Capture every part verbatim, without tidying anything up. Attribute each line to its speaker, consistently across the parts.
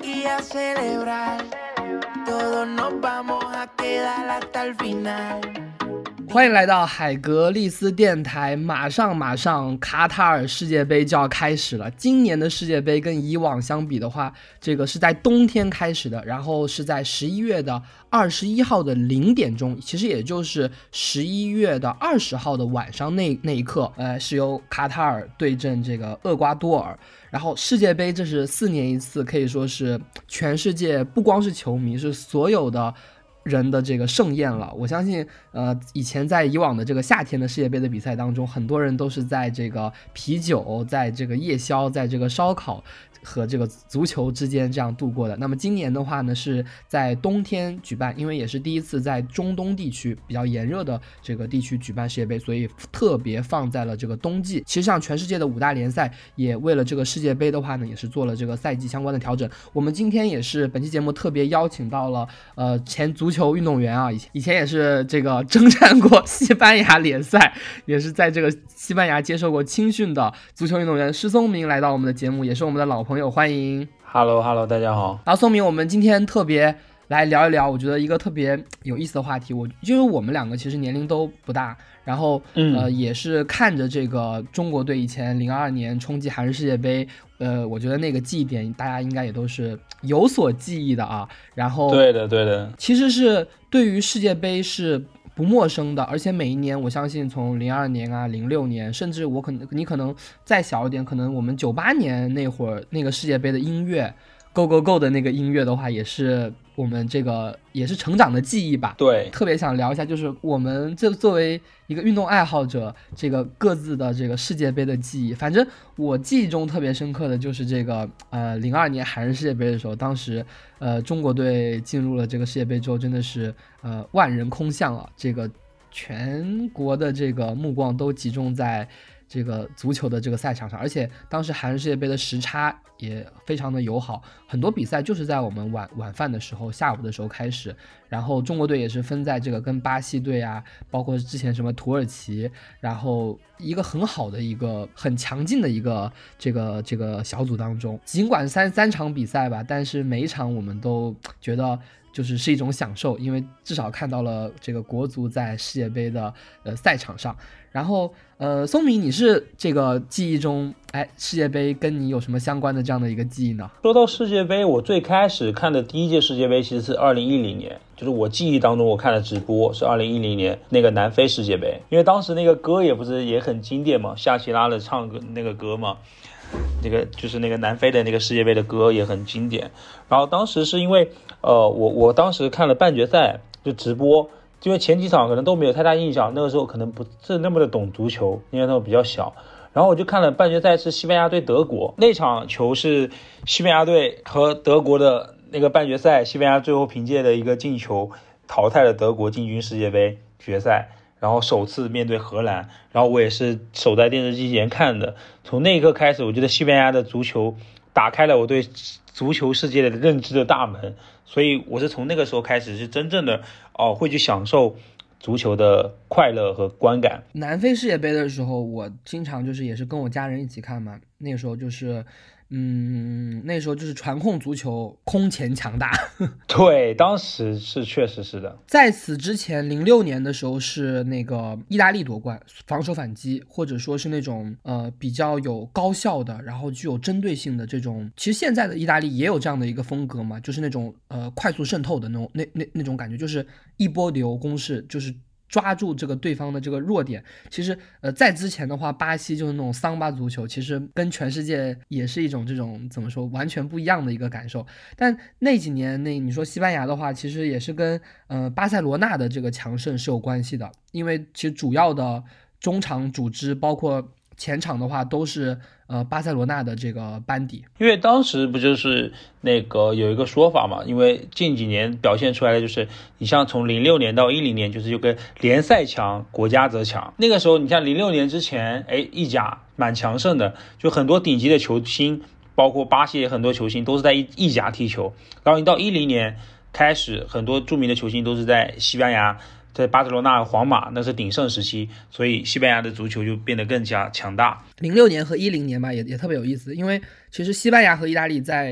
Speaker 1: aquí a celebrar. Todos nos vamos a quedar hasta el final.
Speaker 2: 欢迎来到海格力斯电台，马上马上卡塔尔世界杯就要开始了。今年的世界杯跟以往相比的话，这个是在冬天开始的，然后是在十一月的二十一号的零点钟，其实也就是十一月的二十号的晚上那那一刻，呃，是由卡塔尔对阵这个厄瓜多尔。然后世界杯这是四年一次，可以说是全世界不光是球迷，是所有的人的这个盛宴了。我相信呃，以前在以往的这个夏天的世界杯的比赛当中，很多人都是在这个啤酒，在这个夜宵，在这个烧烤和这个足球之间这样度过的。那么今年的话呢，是在冬天举办，因为也是第一次在中东地区比较炎热的这个地区举办世界杯，所以特别放在了这个冬季。其实像全世界的五大联赛也为了这个世界杯的话呢，也是做了这个赛季相关的调整。我们今天也是本期节目特别邀请到了呃前足球运动员啊，以前也是这个征战过西班牙联赛，也是在这个西班牙接受过青训的足球运动员施松明来到我们的节目，也是我们的老朋友，欢迎。
Speaker 3: Hello Hello 大家好。
Speaker 2: 然后松明，我们今天特别来聊一聊我觉得一个特别有意思的话题。我因为我们两个其实年龄都不大，然后、嗯、呃也是看着这个中国队以前零二年冲击韩日世界杯，呃我觉得那个记忆点大家应该也都是有所记忆的啊。然后
Speaker 3: 对的对的，
Speaker 2: 其实是对于世界杯是不陌生的，而且每一年我相信从零二年啊零六年，甚至我可能你可能再小一点，可能我们九八年那会儿那个世界杯的音乐 Go Go Go 的那个音乐的话，也是我们这个也是成长的记忆吧。
Speaker 3: 对，
Speaker 2: 特别想聊一下，就是我们这作为一个运动爱好者，这个各自的这个世界杯的记忆。反正我记忆中特别深刻的就是这个呃零二年韩日世界杯的时候，当时呃中国队进入了这个世界杯之后，真的是呃万人空巷啊，这个全国的这个目光都集中在这个足球的这个赛场上，而且当时韩日世界杯的时差也非常的友好，很多比赛就是在我们晚晚饭的时候，下午的时候开始，然后中国队也是分在这个跟巴西队啊，包括之前什么土耳其，然后一个很好的一个很强劲的一个这个这个小组当中，尽管三三场比赛吧，但是每一场我们都觉得就是是一种享受，因为至少看到了这个国足在世界杯的呃赛场上。然后呃，松明，你是这个记忆中，哎，世界杯跟你有什么相关的这样的一个记忆呢？
Speaker 3: 说到世界杯，我最开始看的第一届世界杯其实是二零一零年，就是我记忆当中我看的直播是二零一零年那个南非世界杯，因为当时那个歌也不是也很经典嘛，夏奇拉的唱歌那个歌嘛，那个就是那个南非的那个世界杯的歌也很经典。然后当时是因为呃，我我当时看了半决赛就直播，因为前几场可能都没有太大印象，那个时候可能不是那么的懂足球，因为那时候比较小。然后我就看了半决赛是西班牙对德国，那场球是西班牙队和德国的那个半决赛，西班牙最后凭借的一个进球淘汰了德国，进军世界杯决赛，然后首次面对荷兰，然后我也是守在电视机前看的。从那一刻开始，我觉得西班牙的足球打开了我对足球世界的认知的大门，所以我是从那个时候开始是真正的哦会去享受足球的快乐和观感。
Speaker 2: 南非世界杯的时候，我经常就是也是跟我家人一起看嘛，那个时候就是嗯，那时候就是传控足球空前强大。
Speaker 3: 对，当时是确实是的。
Speaker 2: 在此之前零六年的时候是那个意大利夺冠，防守反击，或者说是那种呃比较有高效的，然后具有针对性的这种，其实现在的意大利也有这样的一个风格嘛，就是那种呃快速渗透的那种那那那种感觉，就是一波流攻势，就是抓住这个对方的这个弱点。其实呃在之前的话，巴西就是那种桑巴足球，其实跟全世界也是一种这种怎么说完全不一样的一个感受。但那几年那你说西班牙的话，其实也是跟呃巴塞罗那的这个强盛是有关系的，因为其实主要的中场组织包括前场的话都是呃巴塞罗那的这个班底。
Speaker 3: 因为当时不就是那个有一个说法嘛，因为近几年表现出来的就是你像从零六年到一零年就是有个联赛强国家则强，那个时候你像零六年之前哎意甲蛮强盛的，就很多顶级的球星包括巴西很多球星都是在意甲踢球，然后你到一零年开始很多著名的球星都是在西班牙，在巴塞罗那皇马那是鼎盛时期，所以西班牙的足球就变得更加强大。
Speaker 2: 零六年和一零年吧也也特别有意思，因为其实西班牙和意大利在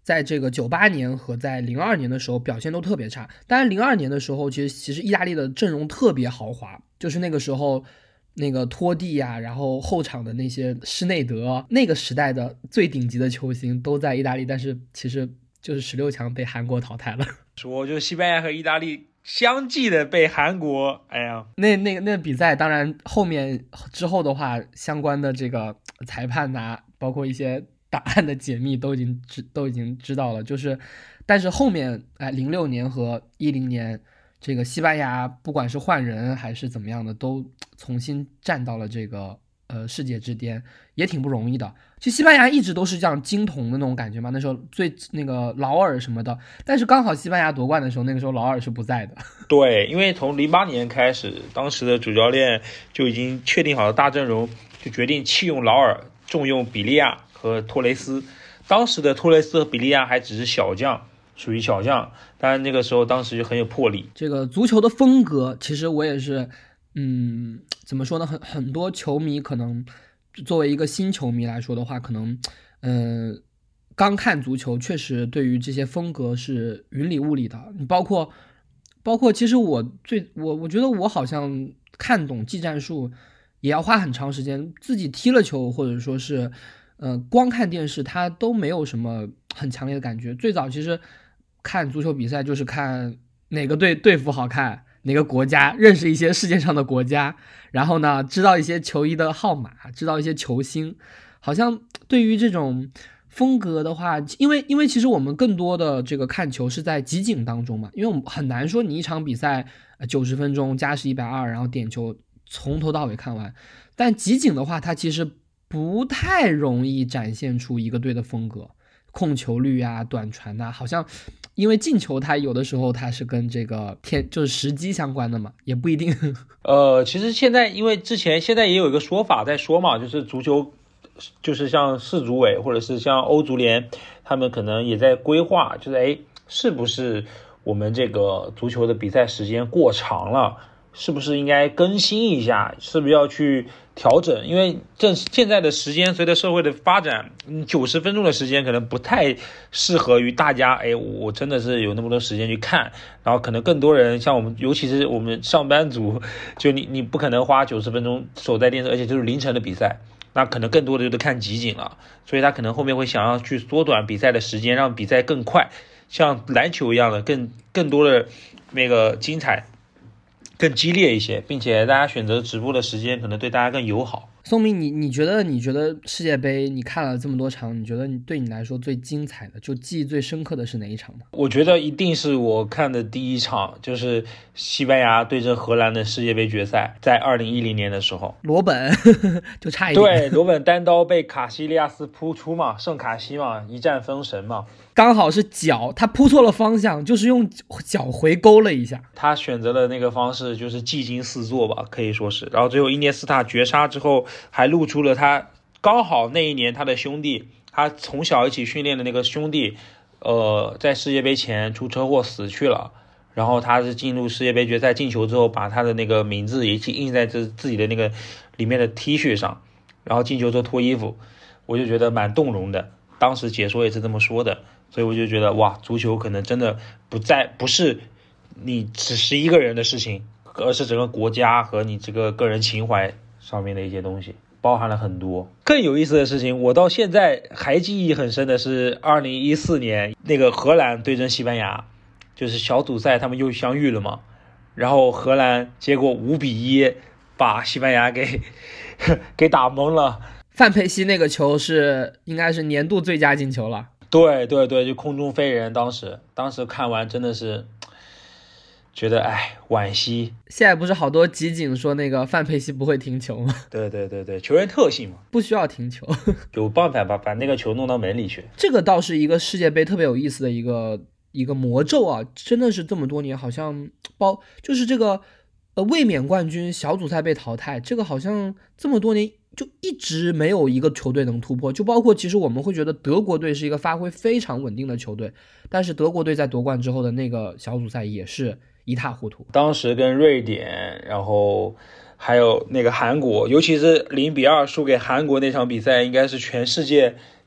Speaker 2: 在这个九八年和在零二年的时候表现都特别差。当然零二年的时候其实其实意大利的阵容特别豪华，就是那个时候那个托蒂呀、啊，然后后场的那些施内德，那个时代的最顶级的球星都在意大利，但是其实就是十六强被韩国淘汰了。
Speaker 3: 说就西班牙和意大利相继的被韩国，哎呀，
Speaker 2: 那那个那个比赛，当然后面之后的话，相关的这个裁判呐、啊，包括一些答案的解密都已经知都已经知道了，就是，但是后面哎，零六年和一零年，这个西班牙不管是换人还是怎么样的，都重新站到了这个呃世界之巅，也挺不容易的。其实西班牙一直都是这样金童的那种感觉嘛，那时候最那个劳尔什么的，但是刚好西班牙夺冠的时候，那个时候劳尔是不在的。
Speaker 3: 对，因为从零八年开始，当时的主教练就已经确定好了大阵容，就决定弃用劳尔，重用比利亚和托雷斯。当时的托雷斯和比利亚还只是小将，属于小将，当然那个时候当时就很有魄力。
Speaker 2: 这个足球的风格，其实我也是，嗯，怎么说呢？很很多球迷可能作为一个新球迷来说的话，可能，嗯、呃，刚看足球，确实对于这些风格是云里雾里的。你包括，包括，其实我最我我觉得我好像看懂技战术也要花很长时间，自己踢了球或者说是，呃，光看电视，它都没有什么很强烈的感觉。最早其实看足球比赛就是看哪个队队服好看，哪个国家，认识一些世界上的国家，然后呢，知道一些球衣的号码，知道一些球星。好像对于这种风格的话，因为因为其实我们更多的这个看球是在集锦当中嘛，因为我们很难说你一场比赛九十分钟加时一百二十，然后点球从头到尾看完。但集锦的话，它其实不太容易展现出一个队的风格，控球率啊、短传啊，好像因为进球它有的时候它是跟这个天就是时机相关的嘛，也不一定。
Speaker 3: 呃，其实现在因为之前现在也有一个说法在说嘛，就是足球就是像世足委或者是像欧足联，他们可能也在规划，就是哎，是不是我们这个足球的比赛时间过长了，是不是应该更新一下，是不是要去调整？因为正现在的时间随着社会的发展，九十分钟的时间可能不太适合于大家。哎，我真的是有那么多时间去看，然后可能更多人像我们，尤其是我们上班族，就你你不可能花九十分钟守在电视，而且就是凌晨的比赛。那可能更多的就是看集锦了，所以他可能后面会想要去缩短比赛的时间，让比赛更快，像篮球一样的更更多的那个精彩，更激烈一些，并且大家选择直播的时间可能对大家更友好。
Speaker 2: 宋明，你你觉得你觉得世界杯你看了这么多场，你觉得你对你来说最精彩的，就记忆最深刻的是哪一场呢？
Speaker 3: 我觉得一定是我看的第一场，就是西班牙对阵荷兰的世界杯决赛，在二零一零年的时候，
Speaker 2: 罗本就差一点，
Speaker 3: 对，罗本单刀被卡西利亚斯扑出嘛，圣卡西嘛，一战封神嘛。
Speaker 2: 刚好是脚，他扑错了方向，就是用脚回勾了一下。
Speaker 3: 他选择的那个方式就是技惊四座吧，可以说是。然后最后伊涅斯塔绝杀之后，还露出了他刚好那一年他的兄弟，他从小一起训练的那个兄弟，呃，在世界杯前出车祸死去了。然后他是进入世界杯决赛进球之后，把他的那个名字也一起印在这自己的那个里面的 T 恤上，然后进球之后脱衣服，我就觉得蛮动容的。当时解说也是这么说的。所以我就觉得哇，足球可能真的不在不是你只是一个人的事情，而是整个国家和你这个个人情怀上面的一些东西，包含了很多。更有意思的事情，我到现在还记忆很深的是二零一四年那个荷兰对阵西班牙，就是小组赛他们又相遇了嘛，然后荷兰结果五比一把西班牙给给打懵了。
Speaker 2: 范佩西那个球是应该是年度最佳进球了。
Speaker 3: 对对对，就空中飞人，当时当时看完真的是觉得哎惋惜。
Speaker 2: 现在不是好多集锦说那个范佩西不会停球吗？
Speaker 3: 对对对对，球员特性嘛，
Speaker 2: 不需要停球，
Speaker 3: 有办法把把那个球弄到门里去。
Speaker 2: 这个倒是一个世界杯特别有意思的一个一个魔咒啊，真的是这么多年好像包就是这个呃卫冕冠军小组赛被淘汰，这个好像这么多年就一直没有一个球队能突破，就包括其实我们会觉得德国队是一个发挥非常稳定的球队，但是德国队在夺冠之后的那个小组赛也是一塌糊涂。
Speaker 3: 当时跟瑞典，然后还有那个韩国，尤其是零比二输给韩国那场比赛，应该是全世界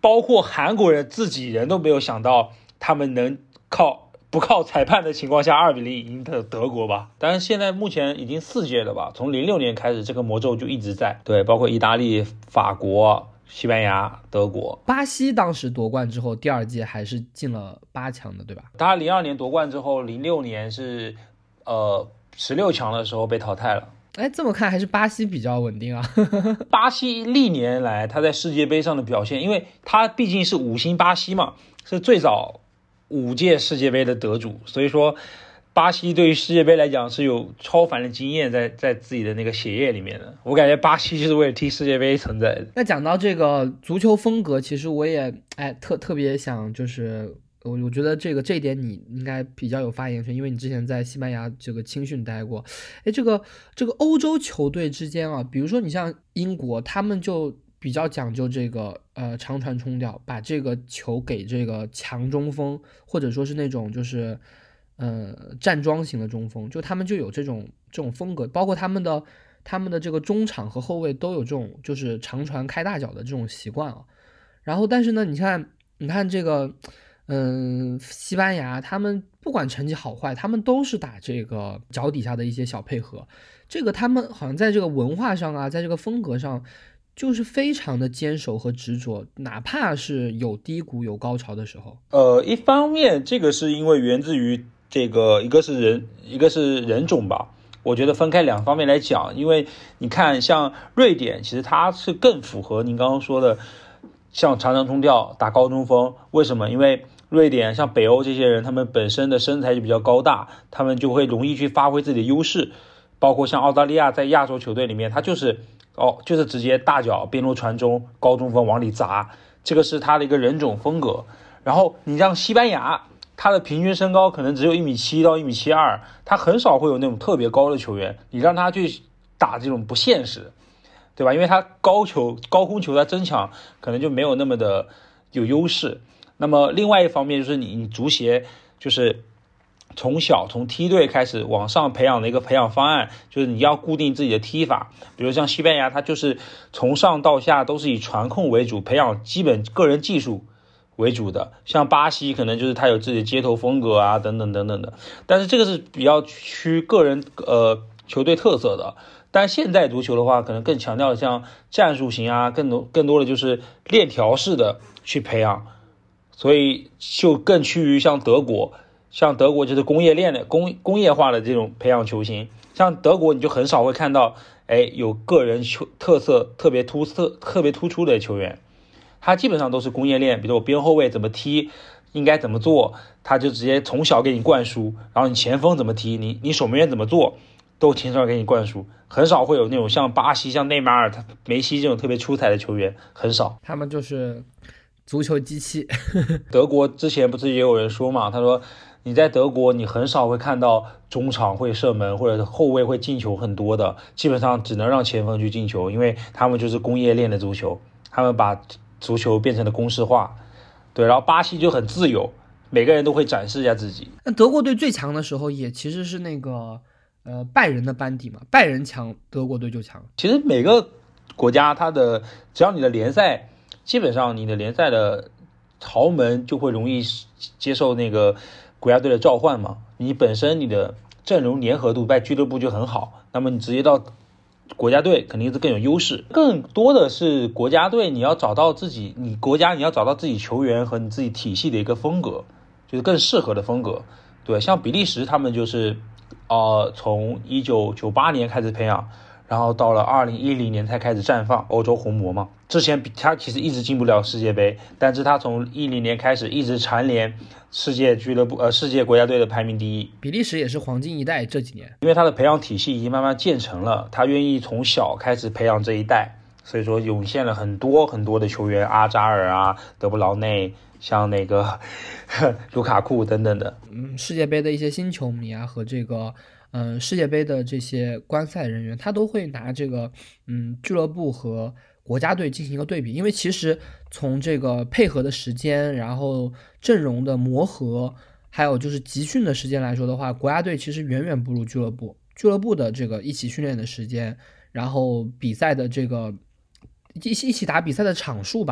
Speaker 3: 包括韩国人自己人都没有想到他们能靠不靠裁判的情况下二比零赢的德国吧。当然现在目前已经四届了吧，从零六年开始这个魔咒就一直在，对，包括意大利、法国、西班牙、德国。
Speaker 2: 巴西当时夺冠之后第二届还是进了八强的，对吧？
Speaker 3: 他零二年夺冠之后，零六年是呃十六强的时候被淘汰了。
Speaker 2: 哎，这么看还是巴西比较稳定啊。
Speaker 3: 巴西历年来他在世界杯上的表现，因为他毕竟是五星巴西嘛，是最早五届世界杯的得主，所以说巴西对于世界杯来讲是有超凡的经验在在自己的那个血液里面的。我感觉巴西就是为了踢世界杯存在的。
Speaker 2: 那讲到这个足球风格，其实我也哎特特别想就是我我觉得这个这一点你应该比较有发言权，因为你之前在西班牙这个青训待过。哎，这个这个欧洲球队之间啊，比如说你像英国，他们就比较讲究这个呃长传冲吊，把这个球给这个强中锋，或者说是那种就是呃站桩型的中锋，就他们就有这种这种风格，包括他们的他们的这个中场和后卫都有这种就是长传开大脚的这种习惯啊。然后但是呢，你看你看这个。嗯，西班牙他们不管成绩好坏，他们都是打这个脚底下的一些小配合，这个他们好像在这个文化上啊，在这个风格上就是非常的坚守和执着，哪怕是有低谷有高潮的时候。
Speaker 3: 呃，一方面这个是因为源自于这个一个是人一个是人种吧，我觉得分开两方面来讲，因为你看像瑞典其实它是更符合您刚刚说的像长传冲吊打高中锋，为什么？因为瑞典像北欧这些人，他们本身的身材就比较高大，他们就会容易去发挥自己的优势。包括像澳大利亚在亚洲球队里面，他就是哦，就是直接大脚边路传中，高中锋往里砸，这个是他的一个人种风格。然后你像西班牙，他的平均身高可能只有一米七到一米七二，他很少会有那种特别高的球员，你让他去打这种不现实，对吧？因为他高球高空球他争抢可能就没有那么的有优势。那么另外一方面就是你你足协就是从小从梯队开始往上培养的一个培养方案，就是你要固定自己的踢法。比如像西班牙，它就是从上到下都是以传控为主，培养基本个人技术为主的。像巴西可能就是它有自己的街头风格啊等等等等的，但是这个是比较趋个人呃球队特色的。但现代足球的话，可能更强调像战术型啊，更多更多的就是链条式的去培养。所以就更趋于像德国，像德国就是工业链的工工业化的这种培养球星。像德国你就很少会看到，哎，有个人球特色特别突特特别突出的球员，他基本上都是工业链。比如我边后卫怎么踢，应该怎么做，他就直接从小给你灌输。然后你前锋怎么踢，你你守门员怎么做，都从小给你灌输。很少会有那种像巴西、像内马尔、他梅西这种特别出彩的球员，很少。
Speaker 2: 他们就是足球机器。
Speaker 3: 德国之前不是也有人说嘛，他说你在德国你很少会看到中场会射门或者后卫会进球很多的，基本上只能让前锋去进球，因为他们就是工业链的足球，他们把足球变成了公式化。对，然后巴西就很自由，每个人都会展示一下自己。
Speaker 2: 那德国队最强的时候也其实是那个呃拜仁的班底嘛，拜仁强德国队就强。
Speaker 3: 其实每个国家它的只要你的联赛基本上你的联赛的豪门就会容易接受那个国家队的召唤嘛，你本身你的阵容粘合度在俱乐部就很好，那么你直接到国家队肯定是更有优势。更多的是国家队你要找到自己，你国家你要找到自己球员和你自己体系的一个风格，就是更适合的风格。对，像比利时他们就是呃从一九九八年开始培养，然后到了二零一零年才开始绽放欧洲红魔嘛。之前他其实一直进不了世界杯，但是他从一零年开始一直蝉联世界俱乐部呃世界国家队的排名第一。
Speaker 2: 比利时也是黄金一代这几年，
Speaker 3: 因为他的培养体系已经慢慢建成了，他愿意从小开始培养这一代，所以说涌现了很多很多的球员，阿扎尔啊、德布劳内，像那个卢卡库等等的。
Speaker 2: 嗯，世界杯的一些新球迷啊和这个嗯、呃、世界杯的这些观赛人员，他都会拿这个嗯俱乐部和国家队进行一个对比，因为其实从这个配合的时间，然后阵容的磨合，还有就是集训的时间来说的话，国家队其实远远不如俱乐部。俱乐部的这个一起训练的时间，然后比赛的这个一一起打比赛的场数吧，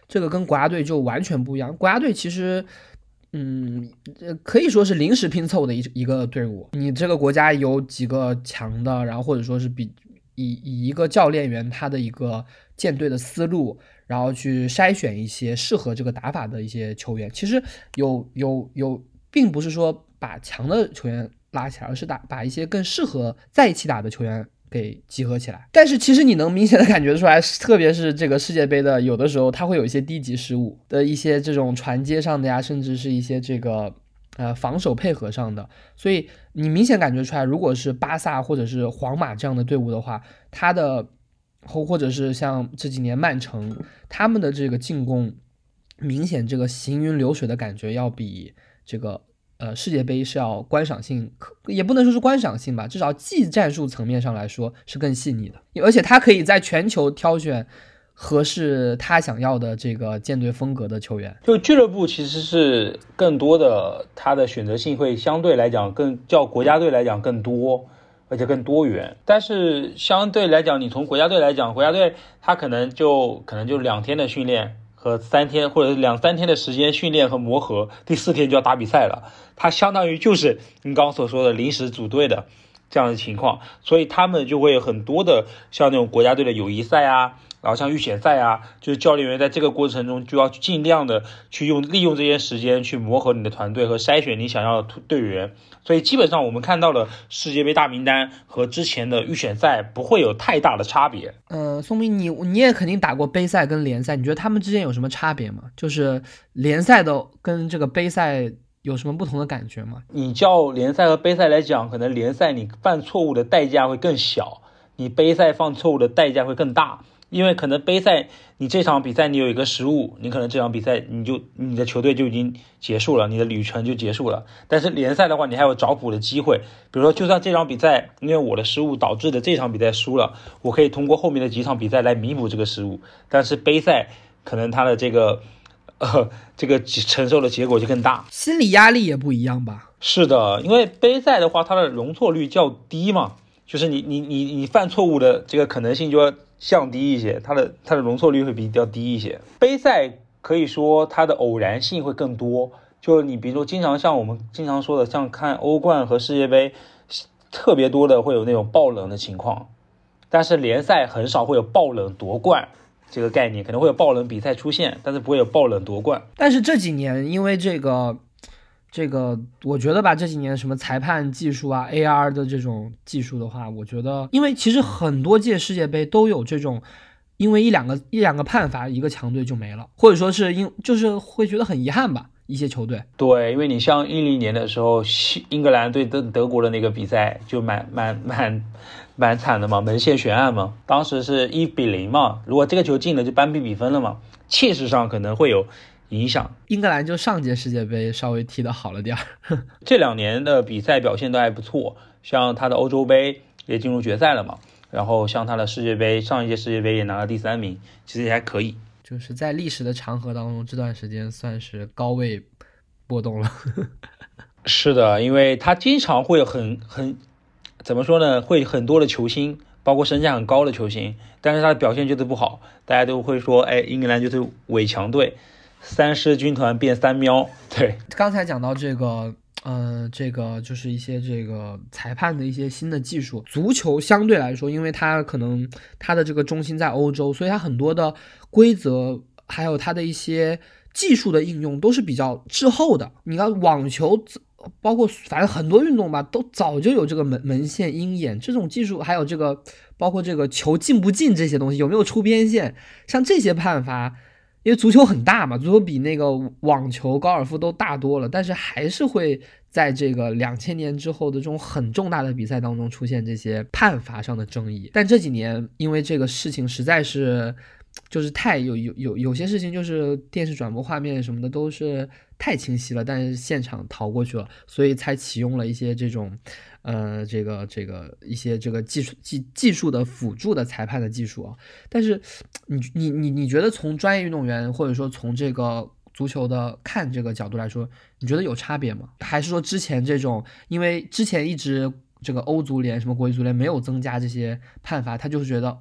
Speaker 2: 这个跟国家队就完全不一样。国家队其实嗯，可以说是临时拼凑的一一个队伍。你这个国家有几个强的，然后或者说是比以以一个教练员他的一个建队的思路，然后去筛选一些适合这个打法的一些球员。其实有有有，并不是说把强的球员拉起来，而是打把一些更适合在一起打的球员给集合起来。但是其实你能明显的感觉出来，特别是这个世界杯的，有的时候它会有一些低级失误的一些这种传接上的呀，甚至是一些这个呃防守配合上的。所以你明显感觉出来，如果是巴萨或者是皇马这样的队伍的话，它的或或者是像这几年曼城，他们的这个进攻明显这个行云流水的感觉要比这个呃，世界杯是要观赏性，也不能说是观赏性吧，至少技战术层面上来说是更细腻的，而且他可以在全球挑选合适他想要的这个舰队风格的球员。
Speaker 3: 就俱乐部其实是更多的，他的选择性会相对来讲更较国家队来讲更多，而且更多元。但是相对来讲，你从国家队来讲，国家队他可能就可能就两天的训练和三天或者两三天的时间训练和磨合，第四天就要打比赛了。它相当于就是你刚刚所说的临时组队的这样的情况，所以他们就会有很多的像那种国家队的友谊赛啊，然后像预选赛啊，就是教练员在这个过程中就要尽量的去用利用这些时间去磨合你的团队和筛选你想要的队员。所以基本上我们看到了世界杯大名单和之前的预选赛不会有太大的差别。
Speaker 2: 呃，宋明，你你也肯定打过杯赛跟联赛，你觉得他们之间有什么差别吗？就是联赛的跟这个杯赛有什么不同的感觉吗？
Speaker 3: 你叫联赛和杯赛来讲，可能联赛你犯错误的代价会更小，你杯赛犯错误的代价会更大。因为可能杯赛你这场比赛你有一个失误，你可能这场比赛你就你的球队就已经结束了，你的旅程就结束了。但是联赛的话，你还有找补的机会，比如说就算这场比赛因为我的失误导致的这场比赛输了，我可以通过后面的几场比赛来弥补这个失误。但是杯赛可能它的这个呃这个承受的结果就更大，
Speaker 2: 心理压力也不一样吧？
Speaker 3: 是的，因为杯赛的话它的容错率较低嘛，就是你你你你犯错误的这个可能性就要降低一些，它的它的容错率会比较低一些。杯赛可以说它的偶然性会更多，就你比如说经常像我们经常说的，像看欧冠和世界杯，特别多的会有那种爆冷的情况，但是联赛很少会有爆冷夺冠这个概念，可能会有爆冷比赛出现，但是不会有爆冷夺冠。
Speaker 2: 但是这几年因为这个这个我觉得吧，这几年什么裁判技术啊 A R 的这种技术的话，我觉得因为其实很多届世界杯都有这种因为一两个一两个判罚一个强队就没了，或者说是因就是会觉得很遗憾吧，一些球队。
Speaker 3: 对，因为你像一零年的时候英格兰对德德国的那个比赛就蛮蛮蛮蛮惨的嘛，门线悬案嘛，当时是一比零嘛，如果这个球进了就扳平比分了嘛，气势上可能会有影响。
Speaker 2: 英格兰就上届世界杯稍微踢得好了点儿
Speaker 3: 这两年的比赛表现都还不错，像他的欧洲杯也进入决赛了嘛，然后像他的世界杯上一届世界杯也拿了第三名，其实也还可以，
Speaker 2: 就是在历史的长河当中这段时间算是高位波动了
Speaker 3: 是的，因为他经常会很很怎么说呢，会很多的球星，包括身价很高的球星，但是他的表现就是不好，大家都会说哎，英格兰就是伪强队，三狮军团变三喵。对，
Speaker 2: 刚才讲到这个呃，这个就是一些这个裁判的一些新的技术。足球相对来说，因为它可能它的这个中心在欧洲，所以它很多的规则还有它的一些技术的应用都是比较滞后的。你看网球包括反正很多运动吧，都早就有这个门门线鹰眼这种技术，还有这个包括这个球进不进这些东西，有没有出边线，像这些判罚，因为足球很大嘛，足球比那个网球高尔夫都大多了，但是还是会在这个两千年之后的这种很重大的比赛当中出现这些判罚上的争议。但这几年因为这个事情实在是就是太有有有有些事情就是电视转播画面什么的都是太清晰了，但是现场逃过去了，所以才启用了一些这种呃这个这个一些这个技术技技术的辅助的裁判的技术啊。但是你你你你觉得从专业运动员或者说从这个足球的看这个角度来说，你觉得有差别吗？还是说之前这种因为之前一直这个欧足联什么国际足联没有增加这些判罚，他就是觉得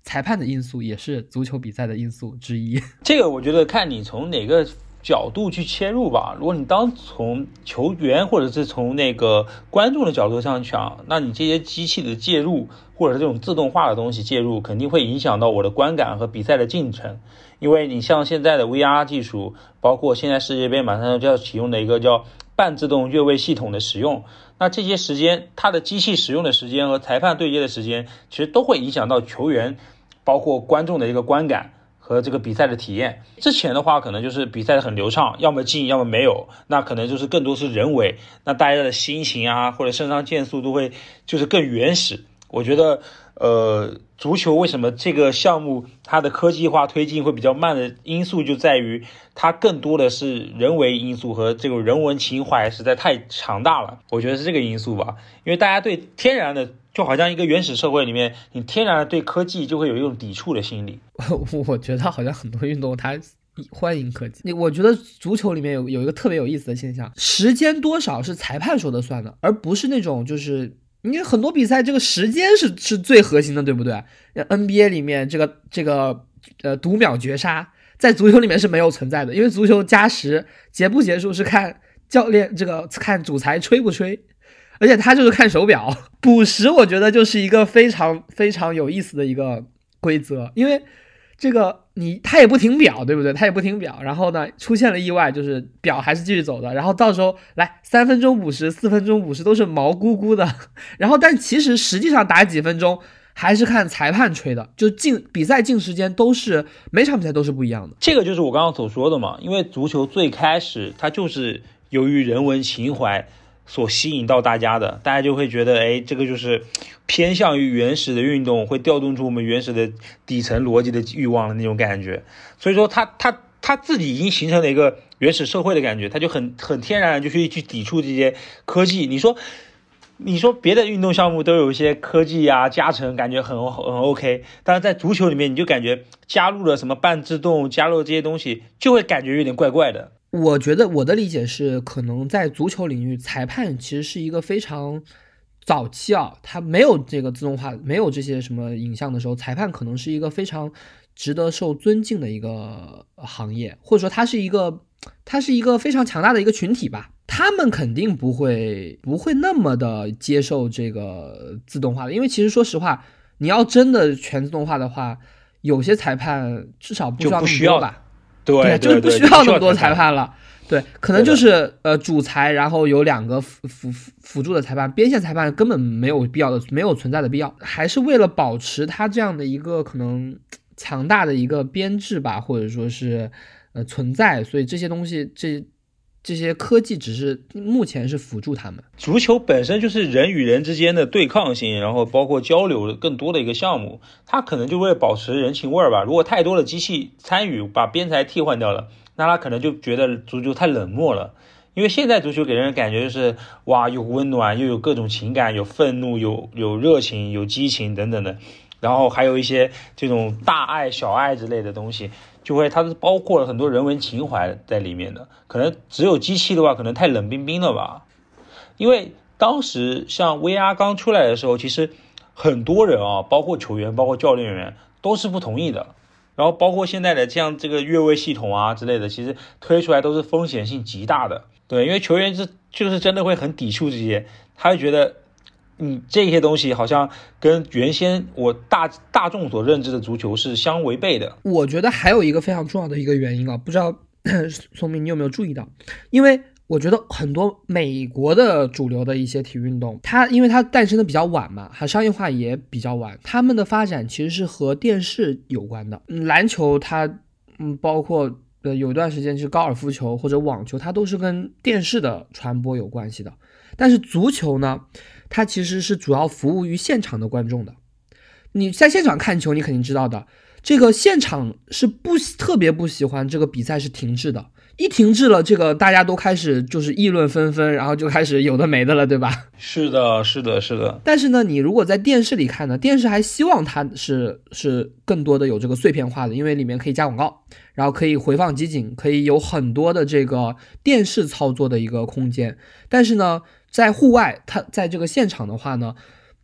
Speaker 2: 裁判的因素也是足球比赛的因素之一。
Speaker 3: 这个我觉得看你从哪个角度去切入吧。如果你当从球员或者是从那个观众的角度上讲，那你这些机器的介入或者是这种自动化的东西介入，肯定会影响到我的观感和比赛的进程。因为你像现在的 V R 技术，包括现在世界杯马上就要启用的一个叫半自动越位系统的使用，那这些时间它的机器使用的时间和裁判对接的时间，其实都会影响到球员包括观众的一个观感和这个比赛的体验。之前的话可能就是比赛很流畅，要么进要么没有，那可能就是更多是人为，那大家的心情啊或者肾上腺素都会就是更原始。我觉得呃，足球为什么这个项目它的科技化推进会比较慢的因素，就在于它更多的是人为因素和这个人文情怀实在太强大了，我觉得是这个因素吧。因为大家对天然的，就好像一个原始社会里面，你天然的对科技就会有一种抵触的心理。
Speaker 2: 我觉得好像很多运动它欢迎科技。我觉得足球里面有有一个特别有意思的现象，时间多少是裁判说的算的，而不是那种就是因为很多比赛这个时间是是最核心的，对不对？ N B A 里面这个这个呃读秒绝杀在足球里面是没有存在的，因为足球加时结不结束是看教练这个看主裁吹不吹，而且他就是看手表。补时我觉得就是一个非常非常有意思的一个规则，因为这个你他也不停表，对不对？他也不停表，然后呢出现了意外，就是表还是继续走的，然后到时候来三分钟补时四分钟补时都是毛估估的，然后但其实实际上打几分钟还是看裁判吹的，就进比赛进时间都是每场比赛都是不一样的。
Speaker 3: 这个就是我刚刚所说的嘛，因为足球最开始它就是由于人文情怀所吸引到大家的，大家就会觉得哎，这个就是偏向于原始的运动，会调动出我们原始的底层逻辑的欲望的那种感觉。所以说他他他自己已经形成了一个原始社会的感觉，他就很很天然就去去抵触这些科技。你说你说别的运动项目都有一些科技啊加成，感觉很很 OK， 但是在足球里面你就感觉加入了什么半自动，加入了这些东西就会感觉有点怪怪的。
Speaker 2: 我觉得我的理解是，可能在足球领域，裁判其实是一个非常早期啊，他没有这个自动化，没有这些什么影像的时候，裁判可能是一个非常值得受尊敬的一个行业，或者说它是一个它是一个非常强大的一个群体吧。他们肯定不会不会那么的接受这个自动化的，因为其实说实话，你要真的全自动化的话，有些裁判至少不需要那么多吧。
Speaker 3: 对，
Speaker 2: 对，就是不需要那么多裁判了。对，可能就是呃主裁，然后有两个辅辅辅助的裁判，边线裁判根本没有必要的，没有存在的必要，还是为了保持它这样的一个可能强大的一个编制吧，或者说是呃存在，所以这些东西这。这些科技只是目前是辅助他们。
Speaker 3: 足球本身就是人与人之间的对抗性，然后包括交流更多的一个项目，它可能就为了保持人情味吧。如果太多的机器参与，把边裁替换掉了，那他可能就觉得足球太冷漠了。因为现在足球给人的感觉就是哇，有温暖，又有各种情感，有愤怒，有有热情，有激情等等的，然后还有一些这种大爱小爱之类的东西，就会它是包括了很多人文情怀在里面的。可能只有机器的话可能太冷冰冰了吧。因为当时像 V R 刚出来的时候，其实很多人啊，包括球员包括教练员都是不同意的，然后包括现在的像这个越位系统啊之类的，其实推出来都是风险性极大的。对，因为球员是就是真的会很抵触这些，他会觉得嗯，这些东西好像跟原先我大大众所认知的足球是相违背的。
Speaker 2: 我觉得还有一个非常重要的一个原因啊，不知道聪明你有没有注意到？因为我觉得很多美国的主流的一些体育运动，它因为它诞生的比较晚嘛，它商业化也比较晚，他们的发展其实是和电视有关的。嗯、篮球它嗯，包括呃有一段时间是高尔夫球或者网球，它都是跟电视的传播有关系的。但是足球呢，它其实是主要服务于现场的观众的。你在现场看球，你肯定知道的，这个现场是不特别不喜欢这个比赛是停滞的，一停滞了，这个大家都开始就是议论纷纷，然后就开始有的没的了，对吧？
Speaker 3: 是的，是的，是的。
Speaker 2: 但是呢，你如果在电视里看呢，电视还希望它是是更多的有这个碎片化的，因为里面可以加广告，然后可以回放集锦，可以有很多的这个电视操作的一个空间。但是呢，在户外，它在这个现场的话呢，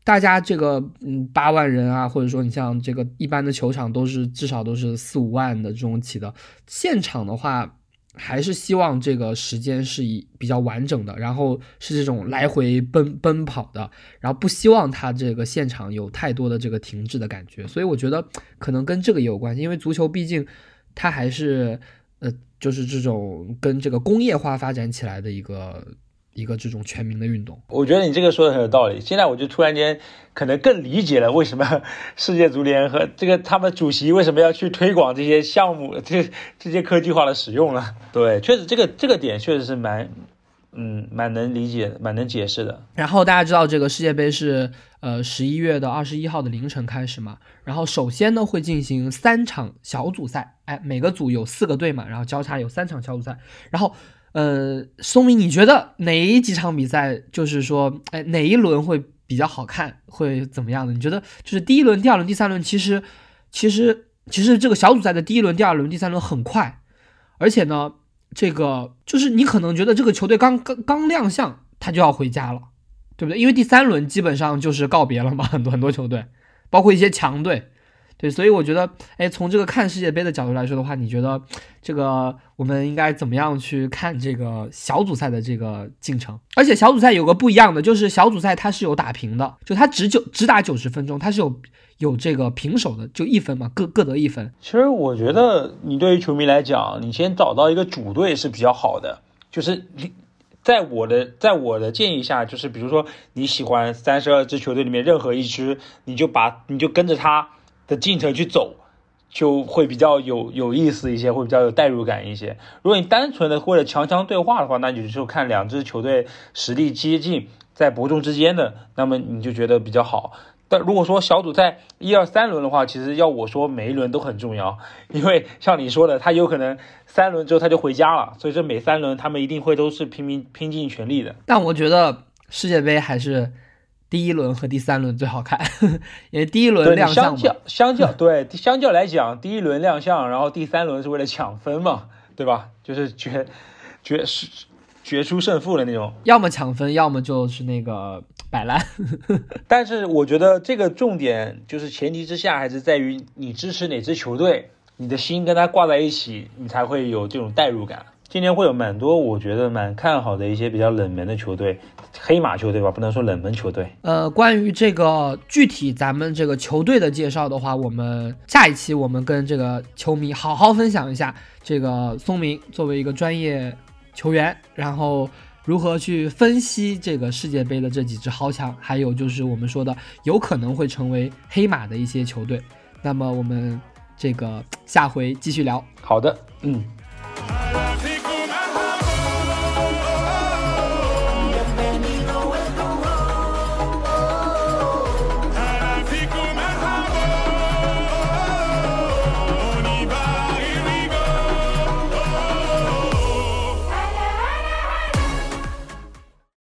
Speaker 2: 大家这个嗯八万人啊，或者说你像这个一般的球场都是至少都是四五万的这种起的，现场的话还是希望这个时间是以比较完整的，然后是这种来回奔奔跑的，然后不希望它这个现场有太多的这个停滞的感觉，所以我觉得可能跟这个也有关系，因为足球毕竟它还是呃就是这种跟这个工业化发展起来的一个一个这种全民的运动。
Speaker 3: 我觉得你这个说的很有道理，现在我就突然间可能更理解了为什么世界足联和这个他们主席为什么要去推广这些项目，这这些科技化的使用了。对，确实这个这个点确实是蛮嗯蛮能理解的，蛮能解释的。
Speaker 2: 然后大家知道这个世界杯是呃十一月的二十一号的凌晨开始嘛，然后首先呢会进行三场小组赛，哎，每个组有四个队嘛，然后交叉有三场小组赛，然后呃，松明，你觉得哪几场比赛就是说，哎，哪一轮会比较好看，会怎么样的？你觉得就是第一轮、第二轮、第三轮，其实，其实，其实这个小组赛的第一轮、第二轮、第三轮很快，而且呢，这个就是你可能觉得这个球队刚刚刚亮相，他就要回家了，对不对？因为第三轮基本上就是告别了嘛，很多很多球队，包括一些强队。对，所以我觉得，哎，从这个看世界杯的角度来说的话，你觉得这个我们应该怎么样去看这个小组赛的这个进程？而且小组赛有个不一样的，就是小组赛它是有打平的，就它只九只打九十分钟，它是有有这个平手的，就一分嘛，各各得一分。
Speaker 3: 其实我觉得，你对于球迷来讲，你先找到一个主队是比较好的，就是你。在我的在我的建议下，就是比如说你喜欢三十二支球队里面任何一支，你就把你就跟着他的进程去走，就会比较有有意思一些，会比较有代入感一些。如果你单纯的为了强强对话的话，那你就看两支球队实力接近，在伯仲之间的，那么你就觉得比较好。但如果说小组赛一二三轮的话，其实要我说每一轮都很重要，因为像你说的，他有可能三轮之后他就回家了，所以这每三轮他们一定会都是拼命拼尽全力的。
Speaker 2: 但我觉得世界杯还是第一轮和第三轮最好看，因为第一轮亮相嘛，
Speaker 3: 相较相较对相较来讲，第一轮亮相，然后第三轮是为了抢分嘛，对吧？就是决决决出胜负的那种，
Speaker 2: 要么抢分，要么就是那个摆烂。
Speaker 3: 但是我觉得这个重点就是前提之下还是在于你支持哪支球队，你的心跟他挂在一起，你才会有这种代入感。今年会有蛮多我觉得蛮看好的一些比较冷门的球队，黑马球队吧，不能说冷门球队。
Speaker 2: 呃，关于这个具体咱们这个球队的介绍的话，我们下一期我们跟这个球迷好好分享一下这个松明作为一个专业球员，然后如何去分析这个世界杯的这几支豪强，还有就是我们说的有可能会成为黑马的一些球队。那么我们这个下回继续聊。
Speaker 3: 好的，嗯。